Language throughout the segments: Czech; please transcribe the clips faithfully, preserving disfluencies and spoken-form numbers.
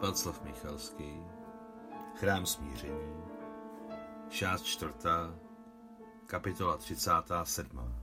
Václav Michalský, Chrám smíření, část čtvrtá, kapitola třicátá sedmá.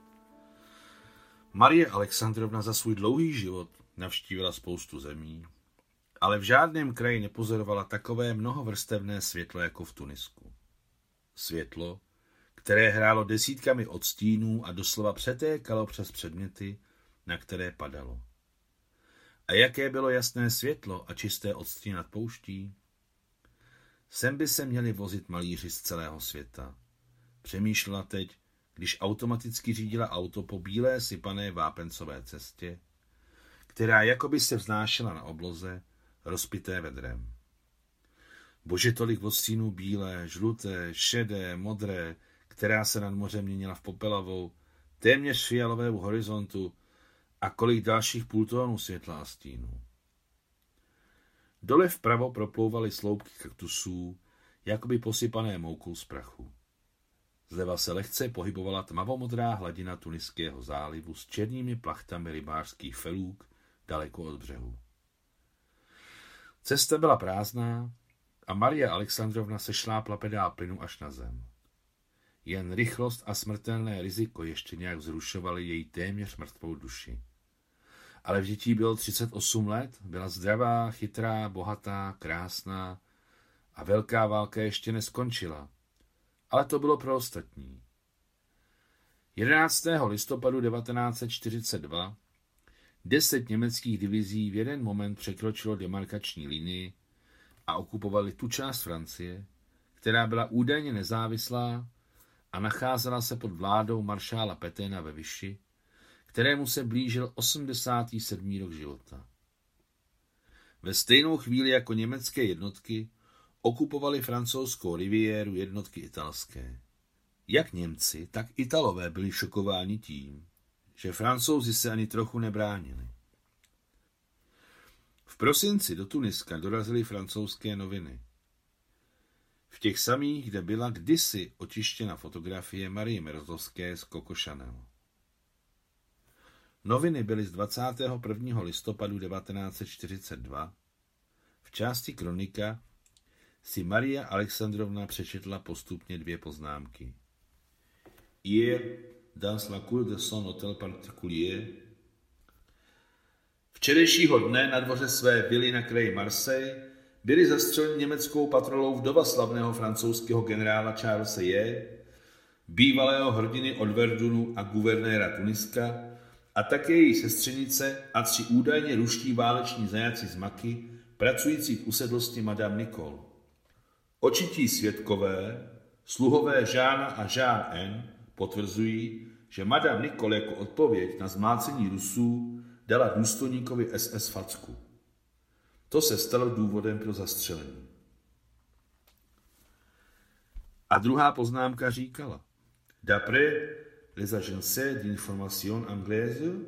Marie Alexandrovna za svůj dlouhý život navštívila spoustu zemí, ale v žádném kraji nepozorovala takové mnohovrstevné světlo jako v Tunisku. Světlo, které hrálo desítkami odstínů a doslova přetékalo přes předměty, na které padalo. A jaké bylo jasné světlo a čisté odstíny nad pouští? Sem by se měli vozit malíři z celého světa. Přemýšlela teď, když automaticky řídila auto po bílé sypané vápencové cestě, která jakoby se vznášela na obloze, rozpité vedrem. Bože, tolik odstínů bílé, žluté, šedé, modré, která se nad mořem měnila v popelavou, téměř fialového horizontu, a kolik dalších půltónů světla a stínů. Dole vpravo proplouvaly sloupky kaktusů, jakoby posypané moukou z prachu. Zleva se lehce pohybovala tmavomodrá hladina Tuniského zálivu s černými plachtami rybářských felůk daleko od břehu. Cesta byla prázdná a Marie Alexandrovna sešlápla pedál plynu až na zem. Jen rychlost a smrtelné riziko ještě nějak vzrušovaly její téměř mrtvou duši. Ale v dětí bylo třicet osm let, byla zdravá, chytrá, bohatá, krásná a velká válka ještě neskončila. Ale to bylo pro ostatní. jedenáctého listopadu devatenáct set čtyřicet dva deset německých divizí v jeden moment překročilo demarkační linii a okupovali tu část Francie, která byla údajně nezávislá a nacházela se pod vládou maršála Pétaina ve Vichy, kterému se blížil osmdesátý sedmý rok života. Ve stejnou chvíli jako německé jednotky okupovali francouzskou riviéru jednotky italské. Jak Němci, tak Italové byli šokováni tím, že Francouzi se ani trochu nebránili. V prosinci do Tuniska dorazily francouzské noviny. V těch samých, kde byla kdysi otištěna fotografie Marie Merozovské z Coco Chanel. Noviny byly z dvacátého prvního listopadu devatenáct set čtyřicet dva. V části kronika si Maria Alexandrovna přečetla postupně dvě poznámky. Hier, dans la cour de son hôtel particulier. Včerejšího dne na dvoře své vily na kraji Marseille byli zastřeleni německou patrolou vdova slavného francouzského generála Charlese J., bývalého hrdiny od Verdunu a guvernéra Tuniska, a také její sestřenice a tři údajně ruští váleční zajaci z Maky, pracující v usedlosti Madame Nicole. Očití svědkové, sluhové Žána a Žán N. potvrzují, že Madame Nicole jako odpověď na zmlácení Rusů dala důstojníkovi S S facku. To se stalo důvodem pro zastřelení. A druhá poznámka říkala, d'après les agences d'information anglaises,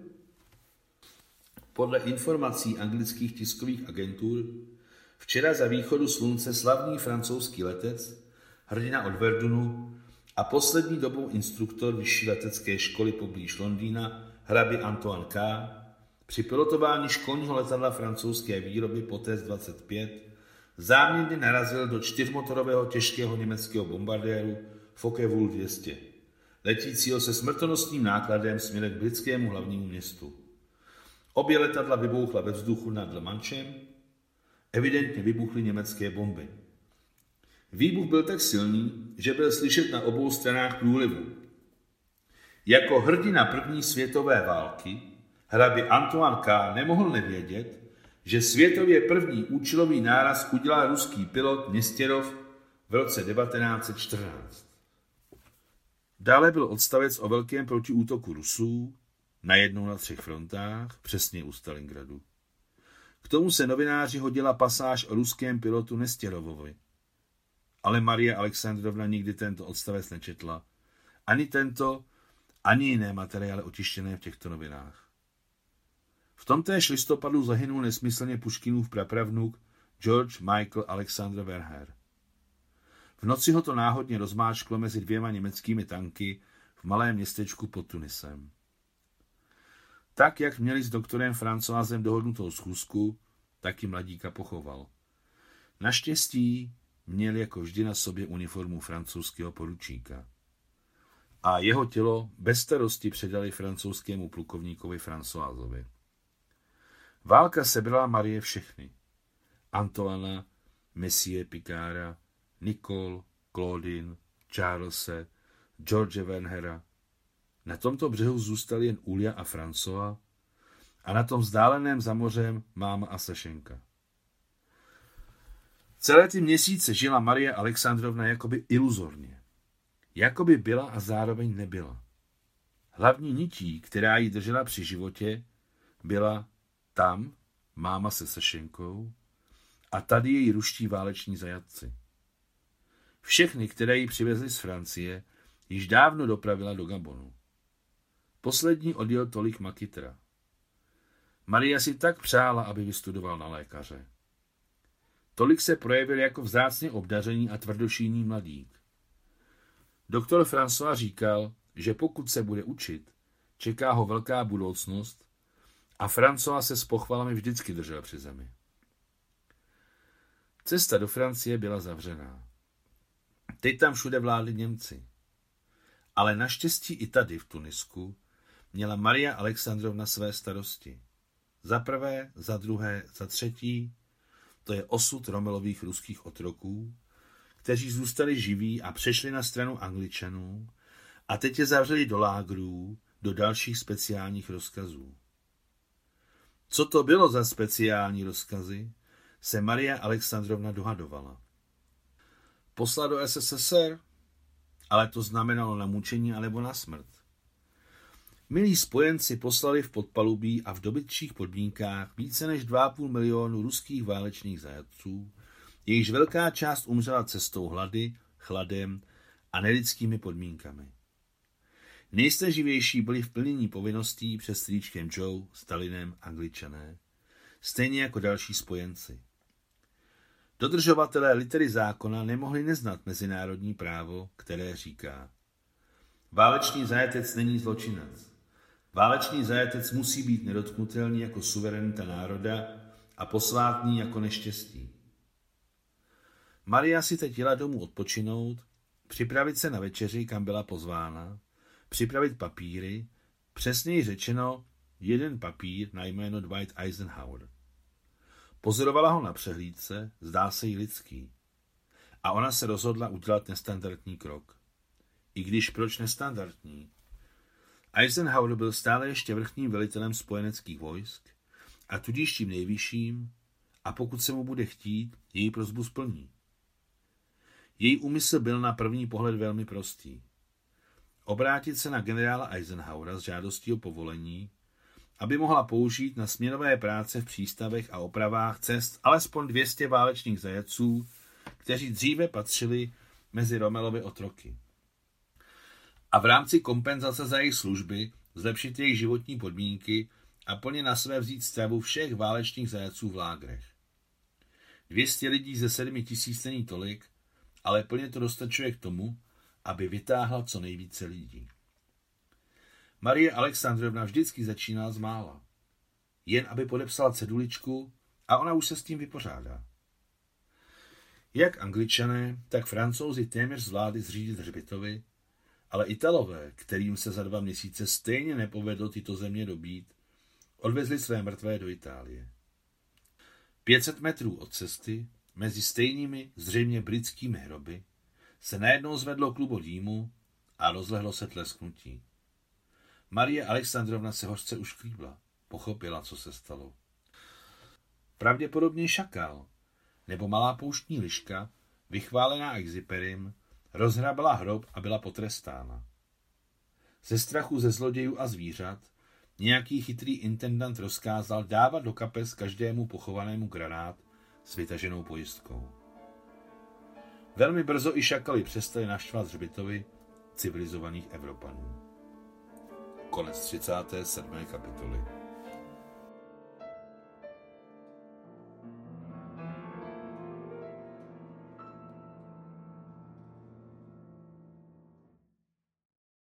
podle informací anglických tiskových agentur, včera za východu slunce slavný francouzský letec, hrdina od Verdunu a poslední dobou instruktor vyšší letecké školy poblíž Londýna, hrabě Antoine K., při pilotování školního letadla francouzské výroby Potés dvacet pět záměrně narazil do čtyřmotorového těžkého německého bombardéru Focke-Wulf dvě stě, letícího se smrtonosným nákladem směrem k britskému hlavnímu městu. Obě letadla vybouchla ve vzduchu nad Le Manchem, evidentně vybuchly německé bomby. Výbuch byl tak silný, že byl slyšet na obou stranách průlivu. Jako hrdina první světové války hrabě Antoine K. nemohl nevědět, že světově první účelový náraz udělal ruský pilot Něstěrov v roce devatenáct set čtrnáct. Dále byl odstavec o velkém protiútoku Rusů, najednou na třech frontách, přesně u Stalingradu. K tomu se novináři hodila pasáž o ruském pilotu Nestěrovovi. Ale Marie Alexandrovna nikdy tento odstavec nečetla. Ani tento, ani jiné materiály otištěné v těchto novinách. V tomtéž listopadu zahynul nesmyslně Puškinův prapravnuk George Michael Alexander Werner. V noci ho to náhodně rozmáčklo mezi dvěma německými tanky v malém městečku pod Tunisem. Tak, jak měli s doktorem Francoisem dohodnutou schůzku, taky mladíka pochoval. Naštěstí měl jako vždy na sobě uniformu francouzského poručíka. A jeho tělo bez starosti předali francouzskému plukovníkovi Françoisovi. Válka sebrala Marie všechny. Antoana, Messie Picara, Nicole, Claudine, Charlese, George Wernhera. Na tomto břehu zůstali jen Ulia a François a na tom vzdáleném za mořem máma a Sašenka. Celé ty měsíce žila Marie Alexandrovna jakoby iluzorně. Jakoby byla a zároveň nebyla. Hlavní nití, která ji držela při životě, byla tam máma se Sašenkou a tady její ruští váleční zajatci. Všechny, které ji přivezli z Francie, již dávno dopravila do Gabonu. Poslední odjel tolik Makitra. Maria si tak přála, aby vystudoval na lékaře. Tolik se projevil jako vzácně obdařený a tvrdošíjný mladík. Doktor François říkal, že pokud se bude učit, čeká ho velká budoucnost a François se s pochvalami vždycky držel při zemi. Cesta do Francie byla zavřená. Teď tam všude vládli Němci. Ale naštěstí i tady v Tunisku měla Maria Alexandrovna své starosti. Za prvé, za druhé, za třetí, to je osud Romelových ruských otroků, kteří zůstali živí a přešli na stranu Angličanů a teď je zavřeli do lágrů, do dalších speciálních rozkazů. Co to bylo za speciální rozkazy, se Maria Alexandrovna dohadovala. Poslat do S S S R, ale to znamenalo na mučení anebo na smrt. Milí spojenci poslali v podpalubí a v dobytčích podmínkách více než dva a půl milionu ruských válečných zajatců, jejichž velká část umřela cestou hlady, chladem a nelidskými podmínkami. Nejstaživější byli v plnění povinností před strýčkem Joe, Stalinem, Angličané, stejně jako další spojenci. Dodržovatelé litery zákona nemohli neznat mezinárodní právo, které říká: válečný zajatec není zločinec. Válečný zajatec musí být nedotknutelný jako suverenita národa a posvátný jako neštěstí. Maria si teď jela domů odpočinout, připravit se na večeři, kam byla pozvána, připravit papíry, přesněji řečeno jeden papír na jméno Dwight Eisenhower. Pozorovala ho na přehlídce, zdá se jí lidský. A ona se rozhodla udělat nestandardní krok. I když proč nestandardní? Eisenhower byl stále ještě vrchním velitelem spojeneckých vojsk a tudíž tím nejvyšším, a pokud se mu bude chtít, její prosbu splní. Její úmysl byl na první pohled velmi prostý. Obrátit se na generála Eisenhowera s žádostí o povolení, aby mohla použít na směnové práce v přístavech a opravách cest alespoň dvě stě válečných zajatců, kteří dříve patřili mezi Romelovy otroky. A v rámci kompenzace za jejich služby zlepšit jejich životní podmínky a plně na své vzít stravu všech válečných zajatců v lágrech. dvě stě lidí ze sedmi tisíc není tolik, ale plně to dostačuje k tomu, aby vytáhla co nejvíce lidí. Marie Alexandrovna vždycky začínala z mála. Jen aby podepsala ceduličku a ona už se s tím vypořádá. Jak Angličané, tak Francouzi téměř zvládli zřídit hřbitovy, ale Italové, kterým se za dva měsíce stejně nepovedlo tyto země dobít, odvezli své mrtvé do Itálie. pět set metrů od cesty, mezi stejnými, zřejmě britskými hroby, se najednou zvedlo klubo dýmu a rozlehlo se tlesknutí. Marie Alexandrovna se hořce ušklíbla, pochopila, co se stalo. Pravděpodobně šakal, nebo malá pouštní liška, vychválená Exuperym, rozhrabala hrob a byla potrestána. Ze strachu ze zlodějů a zvířat nějaký chytrý intendant rozkázal dávat do kapes každému pochovanému granát s vytaženou pojistkou. Velmi brzo i šakali přestali naštvat hřbitovy civilizovaných Evropanů. Konec třicáté sedmé kapitoly.